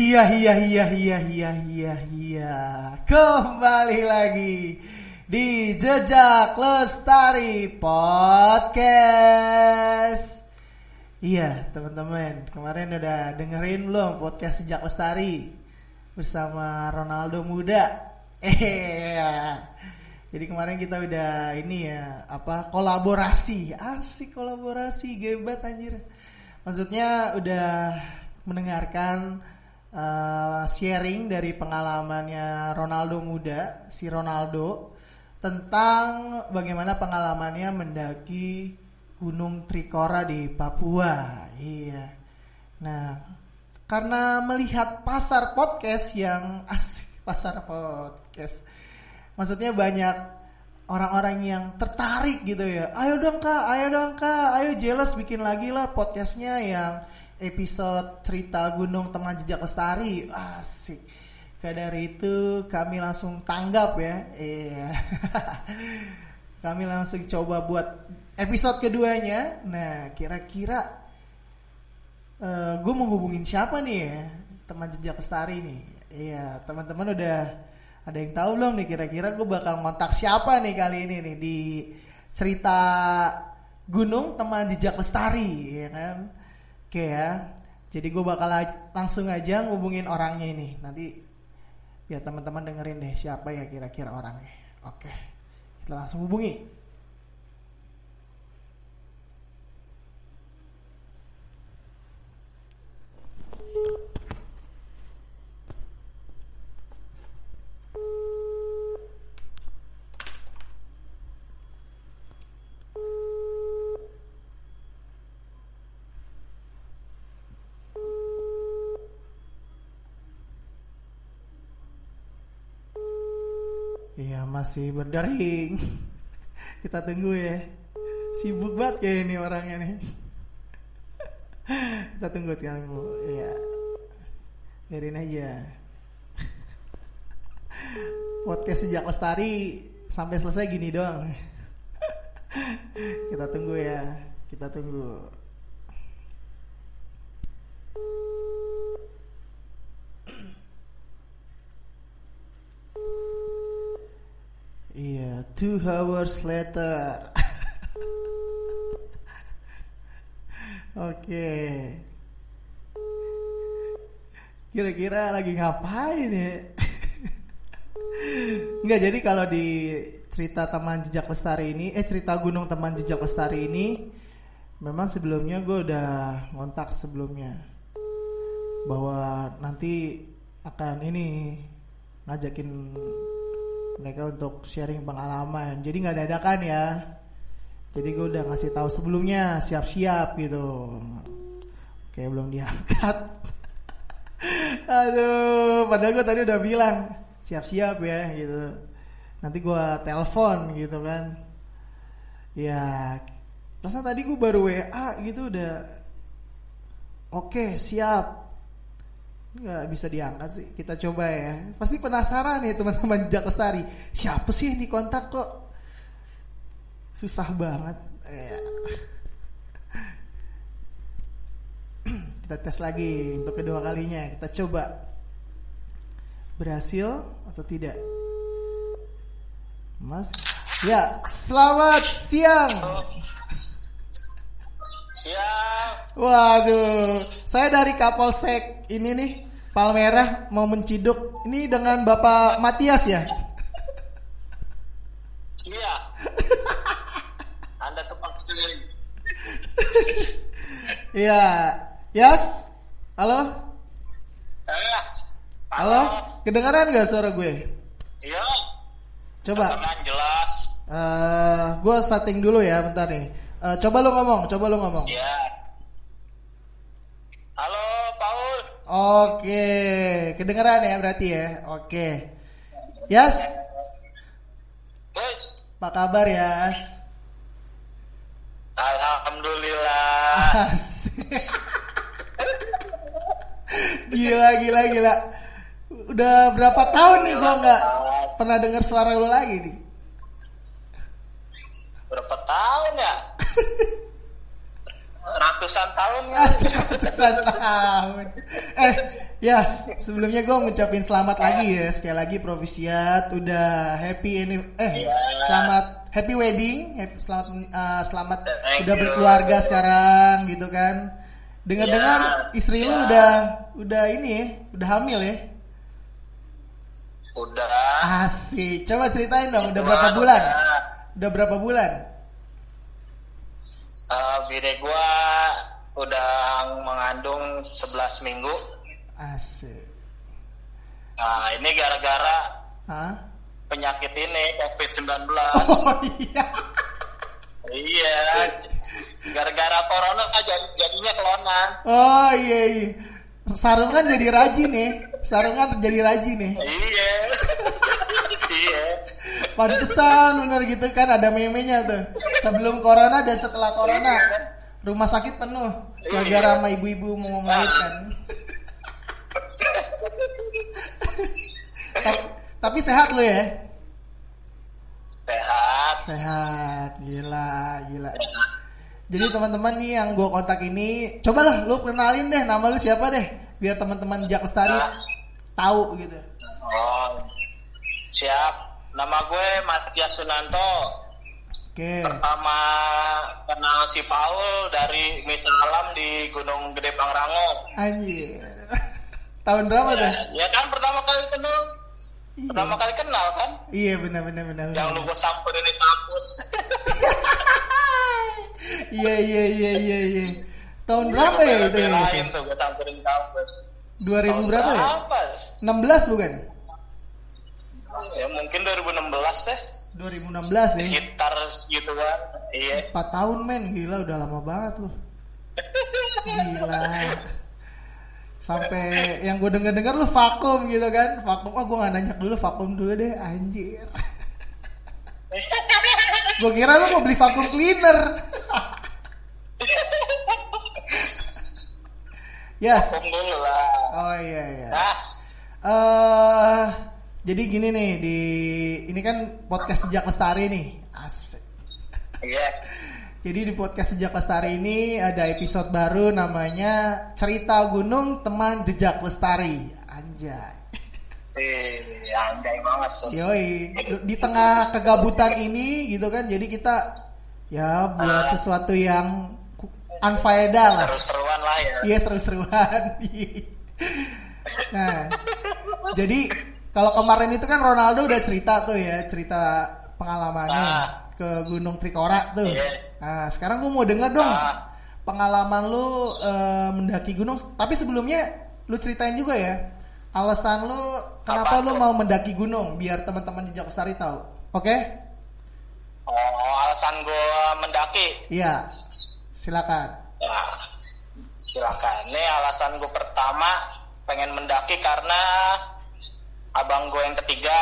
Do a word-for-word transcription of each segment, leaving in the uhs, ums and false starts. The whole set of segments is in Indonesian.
Iya iya iya iya iya iya iya. Kembali lagi di Jejak Lestari Podcast. Iya teman-teman, kemarin udah dengerin belum podcast Jejak Lestari bersama Ronaldo Muda? Eh, jadi kemarin kita udah ini ya apa kolaborasi, asik kolaborasi, gebat anjir. Maksudnya udah mendengarkan Uh, sharing dari pengalamannya Ronaldo Muda, si Ronaldo, tentang bagaimana pengalamannya mendaki Gunung Trikora di Papua. Iya. Nah, karena melihat pasar podcast yang asik, pasar podcast, maksudnya banyak orang-orang yang tertarik gitu ya. Ayo dong kak, ayo dong kak, ayo jelas bikin lagi lah podcastnya yang episode cerita Gunung Teman Jejak Lestari. Asik. Kayak dari itu kami langsung tanggap ya. Iya. Kami langsung coba buat episode keduanya. Nah kira-kira uh, gue mau hubungin siapa nih ya, Teman Jejak Lestari nih. Iya, teman-teman udah ada yang tahu belum nih kira-kira gue bakal ngontak siapa nih kali ini nih di cerita Gunung Teman Jejak Lestari, ya kan? Oke ya, jadi gue bakal langsung aja ngubungin orangnya ini. Nanti biar teman-teman dengerin deh siapa ya kira-kira orangnya. Oke, kita langsung hubungi. Iya masih berdering. Kita tunggu ya. Sibuk banget kayak ini orangnya nih. Kita tunggu tunggu. Iya. Biarin aja. Podcast Jejak Lestari sampai selesai gini doang. Kita tunggu ya. Kita tunggu. Iya, two hours later. Oke. Kira-kira lagi ngapain ya? Enggak, jadi kalau di cerita Teman Jejak Lestari ini, eh cerita Gunung Teman Jejak Lestari ini, memang sebelumnya gue udah ngontak sebelumnya bahwa nanti akan ini ngajakin mereka untuk sharing pengalaman. Jadi nggak dadakan ya. Jadi gue udah ngasih tahu sebelumnya, siap-siap gitu. Oke, belum diangkat. Aduh, padahal gue tadi udah bilang siap-siap ya gitu. Nanti gue telepon gitu kan. Ya, perasaan tadi gue baru W A gitu udah. Oke, siap. Nggak bisa diangkat sih. Kita coba ya. Pasti penasaran nih teman-teman Jejak Lestari. Siapa sih yang dikontak kok susah banget ya. Kita tes lagi untuk kedua kalinya. Kita coba berhasil atau tidak. Mas, ya selamat siang. Siap. Waduh, saya dari Kapolsek ini nih, Palmerah mau menciduk. Ini dengan Bapak Matias ya? Iya. Anda tepat sekali. Iya. Yas? Halo? Eh. Halo? Kedengaran gak suara gue? Iya. Coba. Kedengaran jelas. Uh, gue setting dulu ya, bentar nih. Uh, coba lu ngomong, coba lu ngomong. Iya. Halo, Paul. Oke, kedengeran ya berarti ya. Oke. Yas? Guys. Apa kabar Yas? Alhamdulillah. Asik. Gila, gila, gila. Udah berapa tahun nih gua nggak pernah dengar suara lu lagi nih. Berapa tahun ya? ratusan tahun ya. Asli ratusan tahun. Eh, Yas, sebelumnya gue ngucapin selamat lagi ya. Sekali lagi Provisiat udah happy ini eh Iya. selamat happy wedding, happy, selamat uh, selamat Thank udah you. berkeluarga sekarang gitu kan. Dengar-dengar Iya, istri lu iya. udah udah ini ya, udah hamil ya. Udah. Asik. Coba ceritain dong, udah Udah, berapa bulan? udah. Udah berapa bulan? Uh, bini gua udah mengandung sebelas minggu. Asik. Nah, ini gara-gara Hah? penyakit ini covid sembilan belas. Oh iya. Iya. Gara-gara corona jadi- jadinya kelonan. Oh iya iya. Sarungan jadi rajin nih. Sarungan jadi rajin nih. Iya. Iya. Pantesan bener gitu kan ada meme-nya tuh. Sebelum corona dan setelah corona. Rumah sakit penuh. Gara-gara sama ibu-ibu mau melahirkan. tapi, tapi sehat lo ya? Sehat. Sehat. Gila, gila. Jadi teman-teman nih yang gue kontak ini, cobalah lu kenalin deh nama lu siapa deh, biar teman-teman Jak Lestari Ah. tahu gitu. Oh. Siap. Nama gue Matias Sunanto. Oke. Pertama kenal si Paul dari Misa Alam di Gunung Gede Pangrango. Anjir. Tahun berapa tuh? Ya, ya kan pertama kali kenal. Iya. Pertama kali kenal kan? Iya benar benar benar. Yang lu benar. gue samperin di kampus. Iya iya iya iya iya. Tahun berapa ya itu ya? Lain tuh gue samperin di kampus. dua ribu Tahun berapa ya? Berapa? enam belas bukan? Ya mungkin dua ribu enam belas deh. dua ribu enam belas ya. Sekitar segituan. Iya. empat tahun men, gila udah lama banget lu. Gila. Sampai yang gue denger-denger lu vakum gitu kan. Vakum, ah gue gak nanya dulu, vakum dulu deh, anjir. Gue kira lu mau beli vakum cleaner. Yes. Vakum dulu lah. Oh iya iya. Nah, Eh, jadi gini nih, di ini kan podcast Jak Lestari nih. Asik. iya. Jadi di podcast Jak Lestari ini ada episode baru namanya Cerita Gunung Teman Jejak Lestari. Anjay. Eh, anjay banget tuh. Yoi, di tengah kegabutan ini gitu kan, jadi kita ya buat sesuatu yang ku- unfaedah lah. Seru-seruan lah ya. Iya, seru-seruan. Nah, jadi kalau kemarin itu kan Ronaldo udah cerita tuh ya, cerita pengalamannya Ah. ke Gunung Trikora tuh. Iya. Nah, sekarang gue mau denger dong Ah. pengalaman lu eh, mendaki gunung. Tapi sebelumnya lu ceritain juga ya alasan lu kenapa Apa lu tuh? mau mendaki gunung, biar teman-teman di Jak Lestari tahu. Oke? Oh, alasan gue mendaki. Iya. Silakan. Nah, silakan. Ini alasan gue pertama pengen mendaki karena abang gue yang ketiga.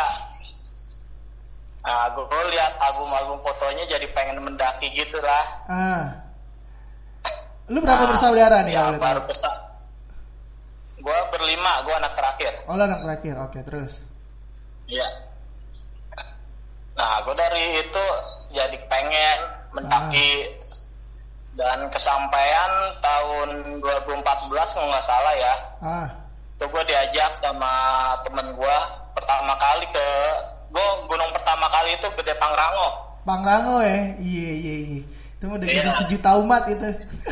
Nah, gue lihat album-album fotonya jadi pengen mendaki gitu lah. Ah. Lu berapa Nah, bersaudara nih ya, kalau boleh baru tahu? pesan. Gue berlima, gue anak terakhir. Oh, lu anak terakhir. Oke, terus. Iya. Nah, gue dari itu jadi pengen mendaki dan kesampaian tahun dua ribu empat belas kalau nggak salah ya. Ah. Itu gue diajak sama temen gue pertama kali ke gue gunung pertama kali itu Gede Pangrango. Pangrango ya, iya iya iya. Itu mah udah Iya. jadi sejuta umat itu.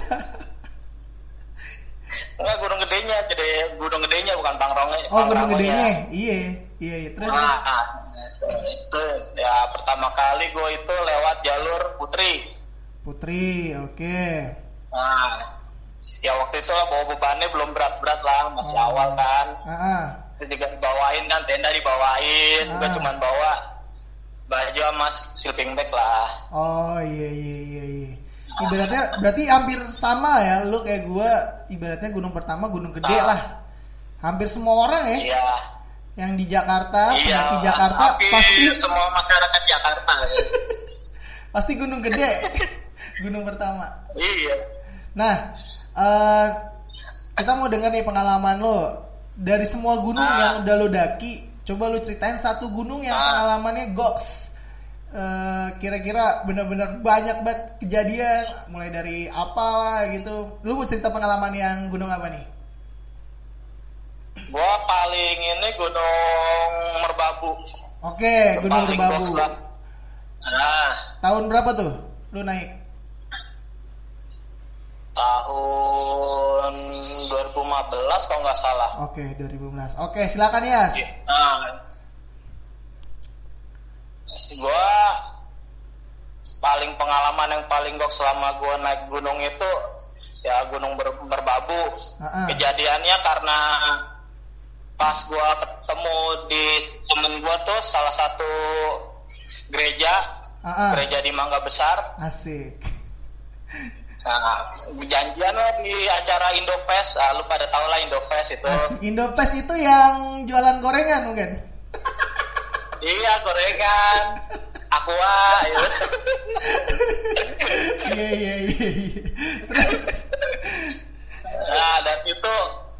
Enggak, gunung gedenya, gede gunung gedenya bukan Pangrango. Oh, gunung gedenya, iya iya iya. Terus Nah, itu ya pertama kali gue itu lewat jalur Putri. Putri, oke. Nah, ya waktu itu bawa bebannya belum berat-berat lah, masih Oh. awal kan. Ah, ah. Terus juga dibawain kan, tenda dibawain, Ah. gue cuman bawa baju sama sleeping bag lah. Oh iya iya iya iya. Ibaratnya berarti hampir sama ya, lu kayak gua, ibaratnya gunung pertama gunung gede Ah. lah. Hampir semua orang ya Iya. yang di Jakarta, Iya, pendaki Jakarta hampir pasti semua masyarakat Jakarta. pasti gunung gede. Gunung pertama. Iya. Nah, eh, kita mau dengar nih pengalaman lo dari semua gunung Ah. yang udah lo daki. Coba lo ceritain satu gunung yang Ah. pengalamannya goks. uh, kira-kira benar-benar banyak banget kejadian, mulai dari apalah gitu. Lu mau cerita pengalaman yang gunung apa nih? Gua paling ini Gunung Merbabu. Oke, Gunung Paling Merbabu. goks lah. Nah, Tahun berapa tuh lu naik? tahun dua ribu lima belas kalau nggak salah. Oke, dua ribu lima belas. Oke, silakan Yas. Nah, gua paling pengalaman yang paling gok selama gua naik gunung itu ya Gunung Ber- Merbabu. Uh-uh. Kejadiannya karena pas gua ketemu di temen gua tuh salah satu gereja, Uh-uh. gereja di Mangga Besar. Asik. Nah, janjian lah di acara Indofest. Ah, lu pada tau lah Indofest itu. Asik. Indofest itu yang jualan gorengan mungkin? Iya, gorengan. Aqua, gitu. Iya, iya, iya. Terus? Nah, dari situ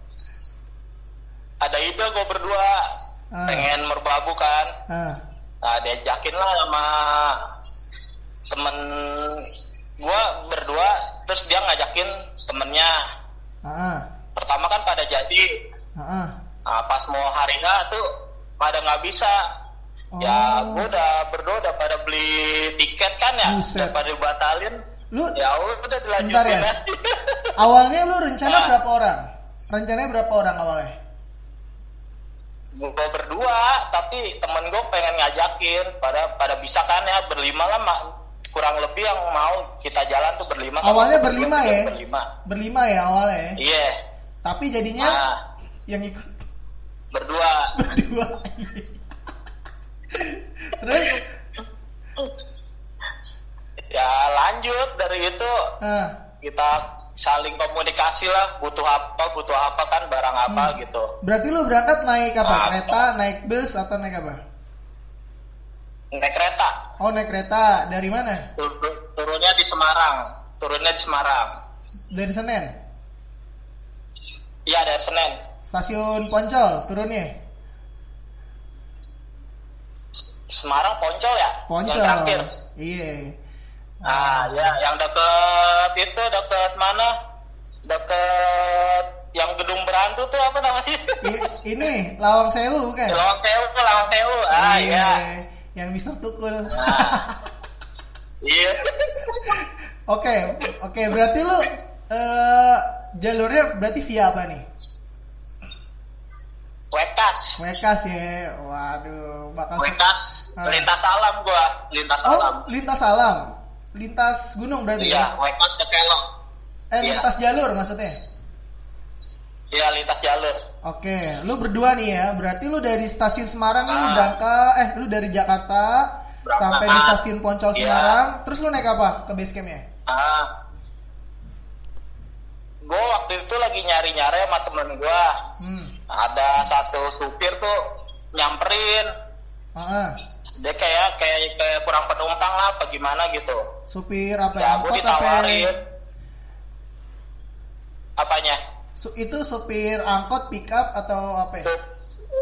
ada ide gue berdua Ah. pengen merbabu kan. Ah. Nah, diajakin lah sama temen gue berdua, terus dia ngajakin temennya. Ah. Pertama kan pada jadi. Ah. Nah, pas mau hari H tuh pada nggak bisa. Oh. Ya, gue udah berdua udah pada beli tiket kan ya, Buset. udah pada dibatalin. Lu Ya udah dilanjutin bentar ya. aja. Awalnya lu rencana Ah. berapa orang? Rencananya berapa orang awalnya? Gue berdua, tapi temen gue pengen ngajakin pada pada bisa kan ya, berlima lah mak, kurang lebih yang mau kita jalan tuh berlima. Awalnya sama berlima berdua, ya? Berlima. Berlima ya awalnya ya? Iya. Tapi jadinya Nah, yang ikut berdua. berdua. Terus? Ya lanjut dari itu Ah. kita saling komunikasi lah, butuh apa, butuh apa kan, barang apa Hmm. gitu. Berarti lu berangkat naik apa? Ah. Kereta, naik bus, atau naik apa? Naik kereta. Oh, naik kereta. Dari mana? Tur- turunnya di Semarang. Turunnya di Semarang. Dari Senen. Iya, dari Senen. Stasiun Poncol turunnya. Semarang Poncol ya? Poncol. Yang terakhir. Iya. Ah, ya, yang deket itu deket mana? Deket yang gedung berantu tuh apa namanya? I- ini Lawang Sewu bukan? Di Lawang Sewu, Lawang Sewu. Ah, iya. Yang Mister Tukul. Nah, iya. Oke, oke. Berarti lu eh, jalurnya berarti via apa nih? Wekas. Wekas ya. Waduh, bakal se- Wekas, Ah. lintas alam gua, lintas Oh, alam. lintas alam. Lintas gunung berarti Iya, ya? Wekas ke Selong. Eh, iya. lintas jalur maksudnya? Iya, lintas jalur. Oke, lu berdua nih ya. Berarti lu dari stasiun Semarang nih lu Ah. berangkat, eh lu dari Jakarta Berangkat. sampai di stasiun Poncol Iya. Semarang. Terus lu naik apa ke base campnya? Ah, gue waktu itu lagi nyari-nyari sama temen gue. Hmm. Ada satu supir tuh nyamperin. Ah, Dia kayak kayak kayak kurang penumpang lah, apa gimana gitu. supir apa Ya, angkot gue apa? ditawarin. Apanya? Su- itu supir angkot, pick up atau apa ya? Sup-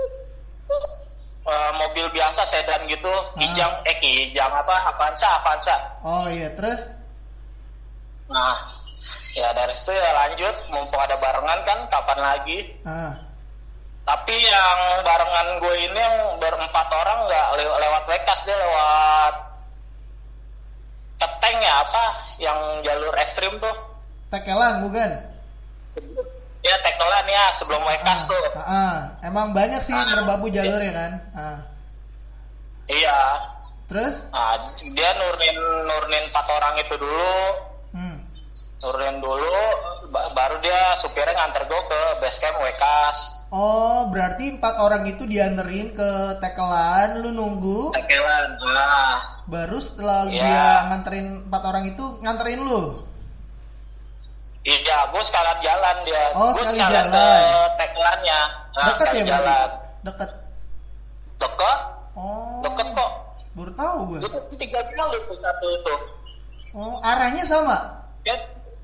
eh, mobil biasa sedan gitu, kijang, eh kijang apa? Avanza, Avanza. Oh iya, terus? Nah, ya dari situ ya lanjut, mumpung ada barengan kan, kapan lagi? Ah. Tapi yang barengan gue ini yang berempat orang nggak lew- lewat Wekas, dia lewat Keteng ya apa? Yang jalur ekstrim tuh. Tekelan bukan? Ya Tekelan ya sebelum Wekas Ah, tuh. ah, ah. Emang banyak sih Ah. Merbabu jalur ya kan? Ah. Iya. Terus? Nah, dia nurunin nurunin empat orang itu dulu. Hmm. Nurunin dulu, ba- baru dia supirnya nganter gue ke base camp Wekas. Oh, berarti empat orang itu dianterin ke Tekelan, lu nunggu, Tekelan. Nah, baru setelah Iya. dia nganterin empat orang itu nganterin lu. iya, gue sekalian jalan dia. Oh, Gue sekali sekalian jalan. ke Tekelannya. Nah, Deket ya sekali berarti? jalan. Deket. Deket, Oh. deket kok. Baru tahu gue. Itu tiga kali tuh satu itu. Oh, arahnya sama. Ya,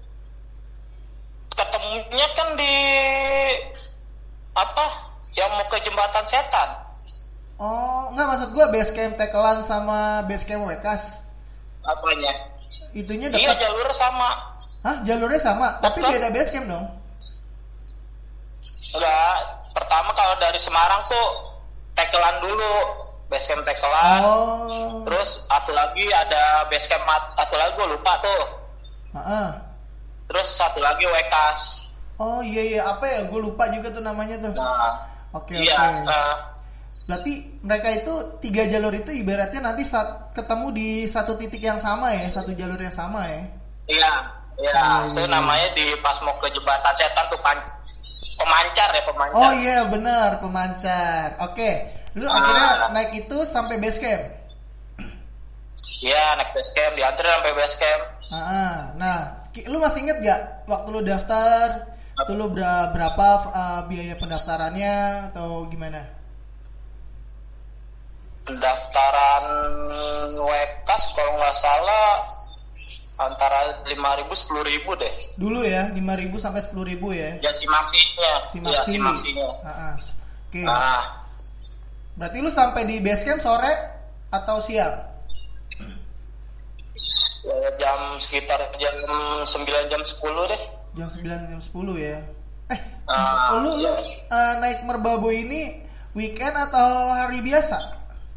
ketemunya kan di apa? Yang mau ke jembatan setan. Oh, enggak, maksud gue base camp Tekelan sama base camp Wekas. Apanya? Itunya Iya, dekat. jalurnya sama. Hah, jalurnya sama, tapi Dekat. beda base camp dong. Enggak, pertama kalau dari Semarang tuh Tekelan dulu, base camp Tekelan. Oh. Terus satu lagi ada base camp satu lagi gue lupa tuh. Heeh. Terus satu lagi Wekas. Oh iya iya, apa ya? Gue lupa juga tuh namanya tuh. Nah, Oke iya. oke. eh, Berarti mereka itu tiga jalur itu ibaratnya nanti saat ketemu di satu titik yang sama ya, satu jalur yang sama ya. iya, iya. Oh, Itu iya. namanya di pas mau ke jembatan setan tuh pan, pemancar ya pemancar. Oh iya benar, pemancar. Oke, lu Ah. akhirnya naik itu sampai base camp. Iya, naik base camp, diantar sampai base camp. Ah, nah, ki- lu masih inget gak waktu lu daftar, itu lu ber- berapa uh, biaya pendaftarannya atau gimana? Pendaftaran Wekas kalau nggak salah antara lima ribu sepuluh ribu deh. Dulu ya, lima ribu sampai sepuluh ribu ya. Ya si maksinya. Si Iya, maksi. si maksinya. Ah, ah. Oke. Nah, Berarti lu sampai di base camp sore atau siang? ya, jam sekitar jam sembilan jam sepuluh deh. Jam sembilan jam sepuluh ya. Eh, Ah, lu lu iya. uh, naik Merbabu ini weekend atau hari biasa?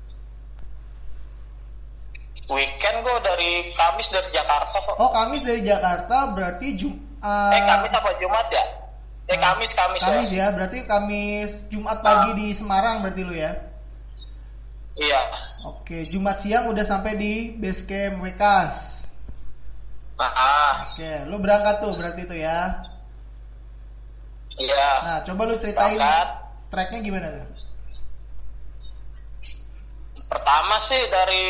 Weekend gue dari Kamis dari Jakarta kok. Oh, Kamis dari Jakarta berarti Jum uh, eh Kamis apa Jumat ya? Eh Ah, Kamis Kamis, Kamis ya. ya, berarti Kamis Jumat pagi Ah. di Semarang berarti lu ya. Iya. Oke, Jumat siang udah sampai di base camp Wekas. Nah, ah, Oke, lu berangkat tuh berarti itu ya. iya. Nah, coba lu ceritain Berangkat. tracknya gimana tuh? Pertama sih dari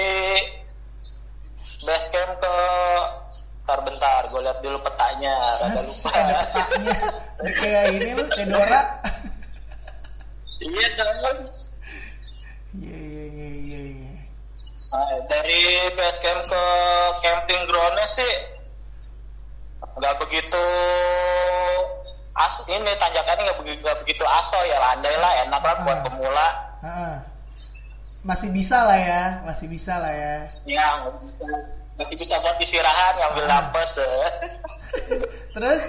base camp ke bentar bentar gue lihat dulu petanya, rada Mas, lupa. ada petanya. Udah kayak ini lu, kayak Dora. Iya dong. Iya, iya, iya, iya, iya. Nah, dari base camp ke camping groundnya sih nggak begitu as ini tanjakannya nggak begitu nggak begitu aso ya, landai lah, enak lah buat Ah. pemula. Ah, masih bisa lah ya, masih bisa lah ya. Ya masih bisa buat istirahat, ngambil Ah. napas deh. Terus?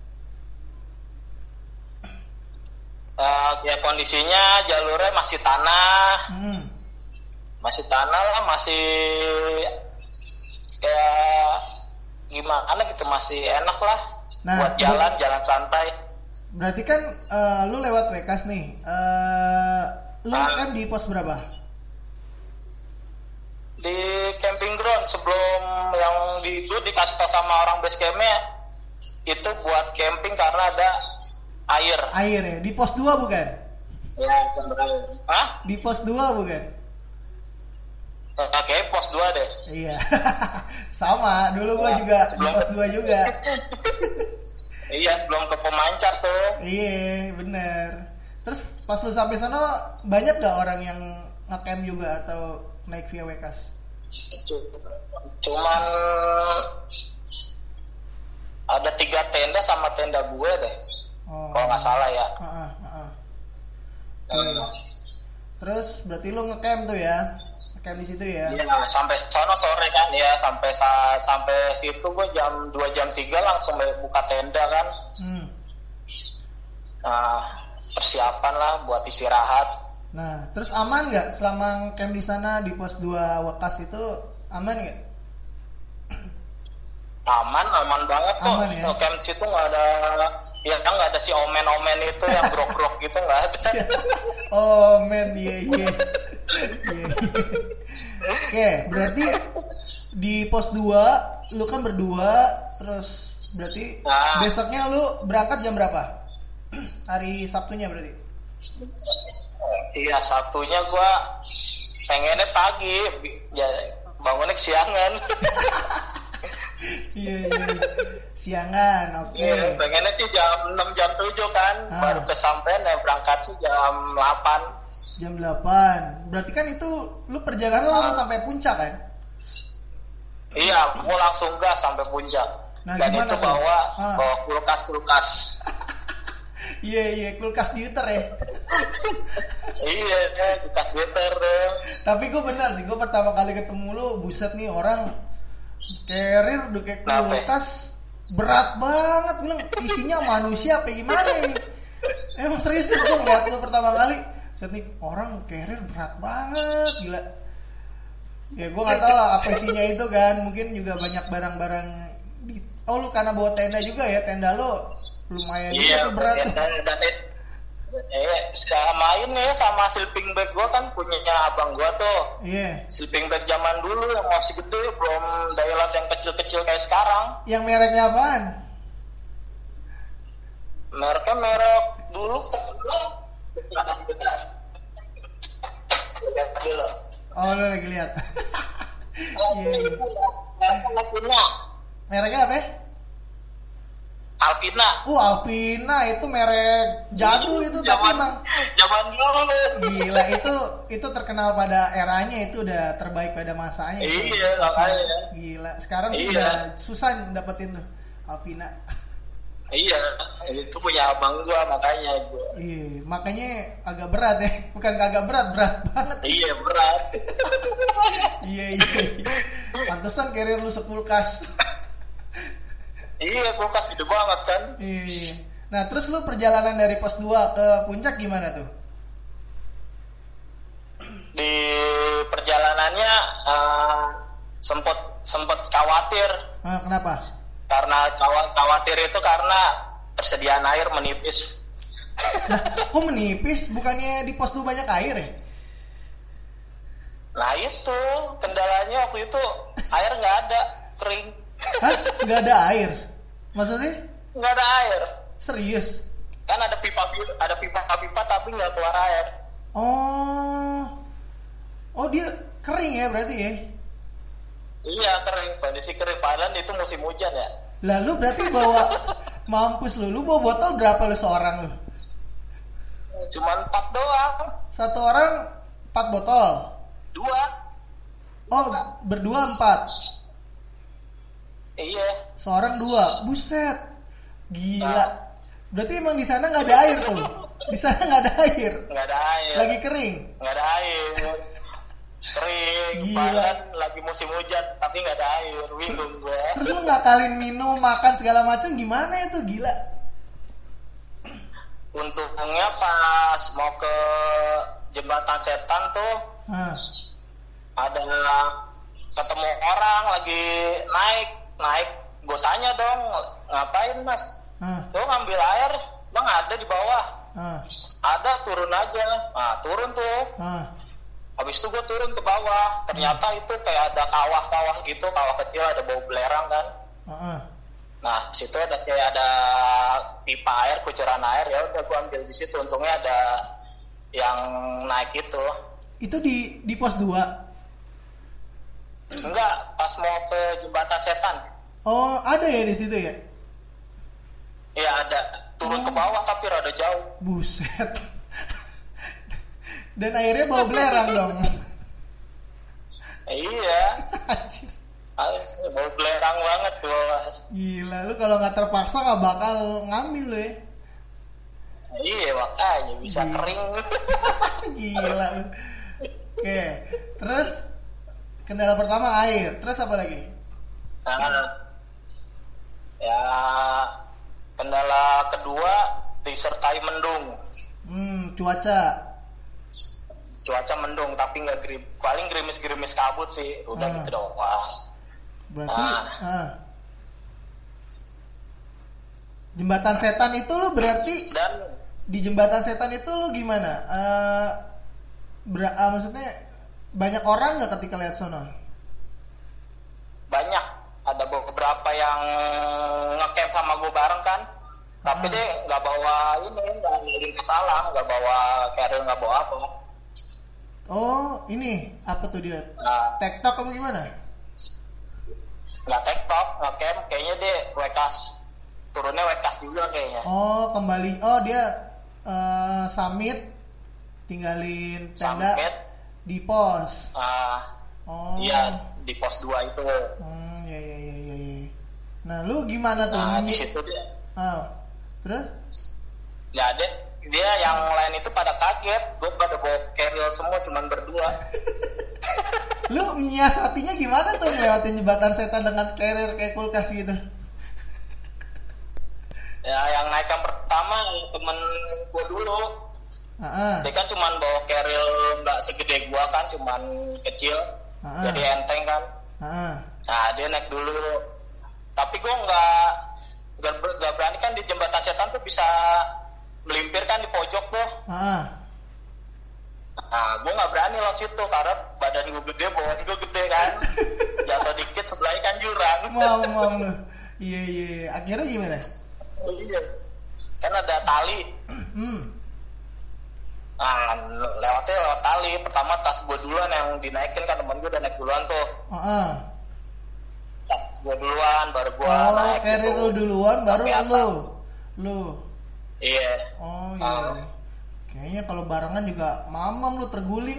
Eh, ya kondisinya jalurnya masih tanah, Hmm. masih tanah lah, masih kayak gimana gitu, masih enak lah Nah, buat jalan jalan santai. Berarti kan eh, lu lewat Wekas nih. Eh, lu Ah. kan di pos berapa? Di camping ground sebelum yang di itu dikasih tau sama orang base campnya itu buat camping karena ada air. Air ya. Di pos dua bukan? Ya, sumber air. Hah? Di pos dua bukan? Oke, pos dua deh. Iya. Sama, dulu gua Ya, juga di sebelum- pos dua juga. Iya, sebelum ke pemancar tuh. Iya, bener. Terus pas lu sampai sana banyak gak orang yang nge-camp juga atau naik via Wekas? Cuman ada tiga tenda sama tenda gue deh, Oh. kalau nggak salah ya. Ah, ah, ah. Hmm. Terus berarti lu nge-camp tuh ya? Nge-camp di situ ya? Iya, sampai sono sore kan ya, sampai sa- sampai situ gue jam dua jam tiga langsung buka tenda kan. Hmm. Nah, persiapan lah buat istirahat. Nah, terus aman nggak selama camp di sana di pos dua Wekas itu aman nggak? Aman, aman banget kok. Aman ya? Camp situ nggak ada, ya kan nggak ada si omen-omen itu yang grok-grok gitu, nggak ada. Oh men, iya iya. Iya, iya. Oke, berarti di pos dua lu kan berdua, terus berarti Nah. besoknya lu berangkat jam berapa? Hari Sabtunya berarti. Iya, satunya gua pengennya pagi, bi- ya bangunnya kesiangan. Iya iya. Siangan, oke. Iya, pengennya sih jam enam jam tujuh kan, Ah. baru kesampean ya berangkatnya jam delapan. Jam delapan. Berarti kan itu lu perjalanan langsung Ah. sampai puncak kan? Iya, gua langsung gas sampai puncak. Nah, Dan gimana itu tuh? bawa Ah. bawa kulkas-kulkas. Iya iya, kulkas diuter ya. Iya, bekas getter tuh. Tapi gue benar sih, gue pertama kali ketemu lu, buset nih orang carrier udah kayak kulkas, berat banget. Bilang isinya manusia apa gimana ini? Emang serius sih gue ngeliat lu pertama kali. Buset nih orang carrier berat banget, gila. Ya gue nggak tahu lah apa isinya itu kan, mungkin juga banyak barang-barang. Di... Oh lu karena bawa tenda juga ya, tenda lu lumayan iya, juga berat. Iya, dan, dan eh, sama ini sama sleeping bag gue kan punyanya abang gue tuh. Iya. Yeah. Sleeping bag zaman dulu yang masih gede, belum daylight yang kecil-kecil kayak sekarang. Yang mereknya apaan? Mereknya merek dulu dulu. Oh lu lagi lihat. Iya. Alpina. Mereknya apa? Alpina. Uh Alpina itu merek jadul itu, zaman, tapi emang zaman dulu. Gila itu itu terkenal pada eranya, itu udah terbaik pada masanya. Iya makanya. Gila sekarang sih iya. udah susah dapetin tuh Alpina. Iya, itu punya abang gua makanya gua. Iya, makanya agak berat ya. Bukan agak berat, berat banget. Iya, berat. iya, iya. Pantesan carrier lu sekulkas. Iya, kulkas gede banget kan. Iya. Nah, terus lu perjalanan dari pos dua ke puncak gimana tuh? Di perjalanannya uh, sempet sempet khawatir. Nah, kenapa? Karena khawatir itu karena persediaan air menipis. Nah, kok menipis? Bukannya di pos dua banyak air ya? Nah itu kendalanya waktu itu air nggak ada, kering. Hah? Nggak ada air? Maksudnya? Nggak ada air. Serius? Kan ada pipa ada pipa-pipa tapi nggak keluar air. Oh, oh dia kering ya berarti ya? Iya kering, kondisi kering. Padahal itu musim hujan ya. Lalu berarti bawa mampus lu, lu bawa botol berapa lu seorang lu? Cuman empat doang. Satu orang empat botol. Dua. Oh berdua empat. Iya. Seorang dua, buset, gila. Nah. Berarti emang di sana nggak ada air tuh? Di sana nggak ada air? Nggak ada air. Lagi kering? Nggak ada air. Kering. Gila. Bahkan lagi musim hujan tapi nggak ada air, bingung gue. Terus lu ngakalin minum, makan segala macam gimana itu, gila? Untungnya pas mau ke jembatan setan tuh, hmm. ada ketemu orang lagi naik naik. Gue tanya dong, ngapain mas? Hmm. Tuh ngambil air, bang ada di bawah. Hmm. Ada, turun aja. Nah turun tuh. Hmm. Habis itu gue turun ke bawah, ternyata hmm. itu kayak ada kawah-kawah gitu, kawah kecil, ada bau belerang kan. Uh-uh. Nah situ ada kayak ada pipa air, kucuran air, ya udah gue ambil di situ. Untungnya ada yang naik itu. Itu di di pos dua? Enggak, pas mau ke jembatan setan. Oh ada ya di situ ya? Iya ada, turun oh. ke bawah tapi rada jauh. Buset. Dan airnya bau belerang dong. Iya. Bau belerang banget tuh. Gila, lu kalau nggak terpaksa nggak bakal ngambil lu ya. Iya makanya bisa Gila. Kering. Gila. Oke, terus kendala pertama air, terus apa lagi? Nah, ya kendala kedua disertai mendung. Hmm, cuaca. Cuaca mendung tapi nggak grim, paling gerimis-gerimis kabut sih, udah ah. gitu doang. Berarti nah. ah. Jembatan setan itu lu berarti dan di jembatan setan itu lu gimana? Uh, ber, uh, maksudnya banyak orang nggak ketika lihat sono? Banyak, ada beberapa yang ngecamp sama gue bareng kan, tapi ah. dia nggak bawa ini, nggak ngirim salam, nggak bawa carrier, nggak bawa apa. Oh, ini apa tuh dia? Nah, TikTok apa gimana? Nggak TikTok, nggak camp, kayaknya dia wekas, turunnya wekas juga kayaknya. Oh, kembali, oh dia uh, summit, tinggalin tenda summit. Di pos. Uh, oh. Iya, di pos dua itu. Hmm, ya ya ya ya. ya. Nah, lu gimana tuh? Nah, di situ dia. Oh, terus? Ya, dia dia yang lain itu pada kaget, gue pada bawa carrier semua cuman berdua. Lu menyiasatinya gimana tuh lewatin jembatan setan dengan carrier kayak kulkas gitu? Ya yang naik yang pertama temen gue dulu. Uh-uh. Dia kan cuman bawa carrier nggak segede gue kan, cuman kecil, uh-uh. jadi enteng kan. Uh-uh. Nah dia naik dulu, tapi gue nggak nggak berani kan, di jembatan setan tuh bisa melimpir kan di pojok tuh. Uh-uh. Nah gue nggak berani lewat situ karena badan gue gede, bawah gue gede kan. Jatuh dikit sebelahnya kan jurang. Mau mau lu. Iya iya. Akhirnya gimana? Iya. Kan ada tali. Hmm. Nah lewatnya lewat tali. Pertama tas gue duluan yang dinaikin kan, temen gue udah naik duluan tuh. Uh-uh. Tas gue duluan baru gue oh, naik. Oh carry gitu. Lu duluan baru lu. Lu. Iya. Oh iya. Uh. Kayaknya kalau barengan juga mamam lu terguling.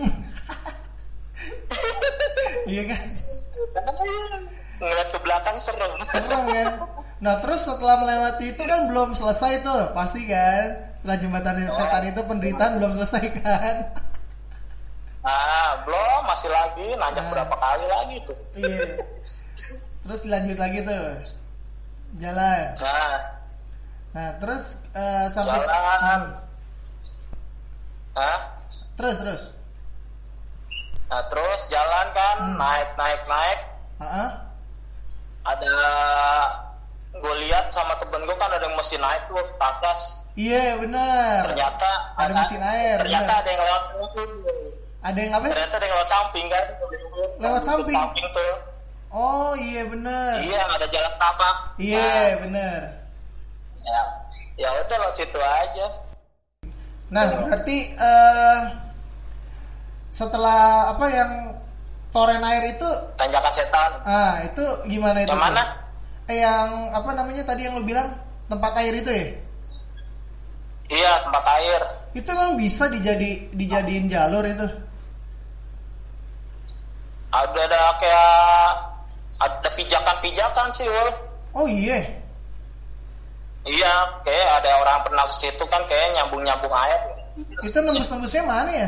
Iya kan? Ngeliat ke belakang serem. Serem kan? Nah terus setelah melewati itu kan belum selesai tuh, pasti kan? Setelah jembatan setan itu penderitaan belum selesai kan? Ah belum, masih lagi, nanjak nah. berapa kali lagi tuh. Iya. Terus lanjut lagi tuh, jalan. Nah, nah terus uh, sampai. Jalan. Hmm. Hah? Terus terus. Nah terus jalan kan, hmm. naik naik naik. Uh-huh. Ada, gue lihat sama temen gue kan ada yang mesin naik tuh ke atas. Iya yeah, benar. Ternyata ada, ada mesin air. Ternyata bener. Ada yang lewat. Ada yang apa? Ternyata ada yang lewat samping kan. Lewat samping. Samping tuh. Oh iya benar. Iya ada jalan setapak. Iya nah, benar. Ya, ya udah lewat situ aja. Nah berarti uh, setelah apa yang toren air itu tanjakan setan. Ah itu gimana itu? Yang mana? Eh yang apa namanya tadi yang lu bilang tempat air itu ya? Iya tempat air. Itu emang bisa dijadi dijadiin jalur itu? Ada ada kayak ada pijakan-pijakan sih, Wol. Oh iya. Iya, kayak ada orang pernah ke situ kan kayak nyambung-nyambung air. Itu nembus-nembusnya mana ya?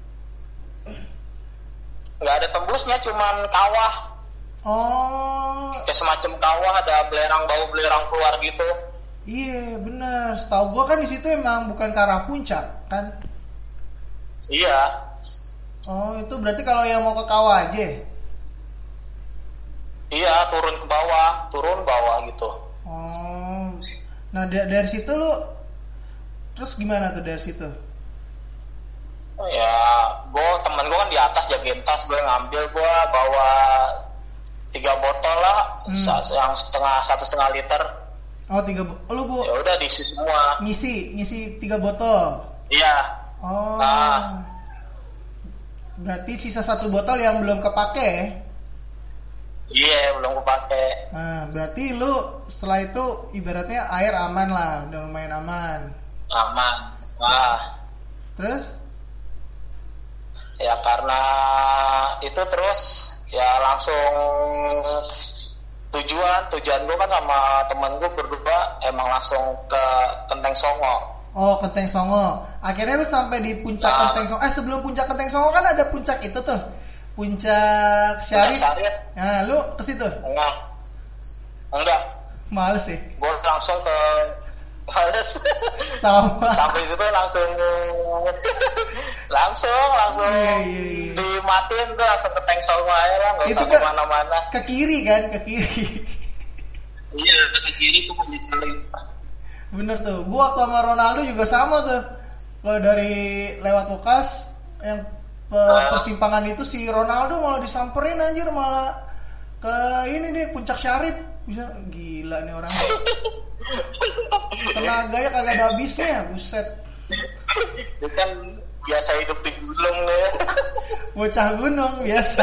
Nggak ada tembusnya, cuman kawah. Oh. Kayak semacam kawah, ada belerang bau belerang keluar gitu. Iya benar. Setahu gua kan di situ emang bukan ke arah puncak kan? Iya. Oh itu berarti kalau yang mau ke kawah aja? Iya turun ke bawah, turun bawah gitu. Oh. Nah dari, dari situ lu terus gimana tuh dari situ? Ya, gue temen gue kan di atas jagain tas, gue ngambil, gue bawa tiga botol lah, hmm. yang setengah satu setengah liter. Oh tiga, oh, lu bu? Ya udah diisi semua. Ngisi, ngisi tiga botol. Iya. Oh. Nah. Berarti sisa satu botol yang belum kepake. Iya, yeah, belum kepake. Nah, berarti lu setelah itu ibaratnya air aman lah, udah lumayan aman. Aman. Wah. Terus? Ya karena itu terus ya langsung tujuan tujuan gue kan sama temen gue berdua emang langsung ke Kenteng Songo. Oh Kenteng Songo. Akhirnya lu sampai di puncak nah. Kenteng Songo. Eh sebelum puncak Kenteng Songo kan ada puncak itu tuh, puncak Syarif. Nah lu ke situ? Enggak. Enggak. Males sih. Gue langsung ke males. Sama. Sampai itu tuh langsung langsung langsung iya, iya, iya. dimatiin tuh langsung ke Tank Songo aja lah, nggak usah kemana-mana. Ke kiri kan, ke kiri. Iya ke kiri tuh kali. Bener tuh, gua waktu sama Ronaldo juga sama tuh. Kalau dari lewat Lukas yang pe nah. persimpangan itu si Ronaldo malah disamperin anjir, malah ke ini deh puncak Syarif. Bisa gila nih orang. Tenaganya kagak ada habisnya, buset. Itu kan biasa hidup di gunung deh. Bocah gunung biasa.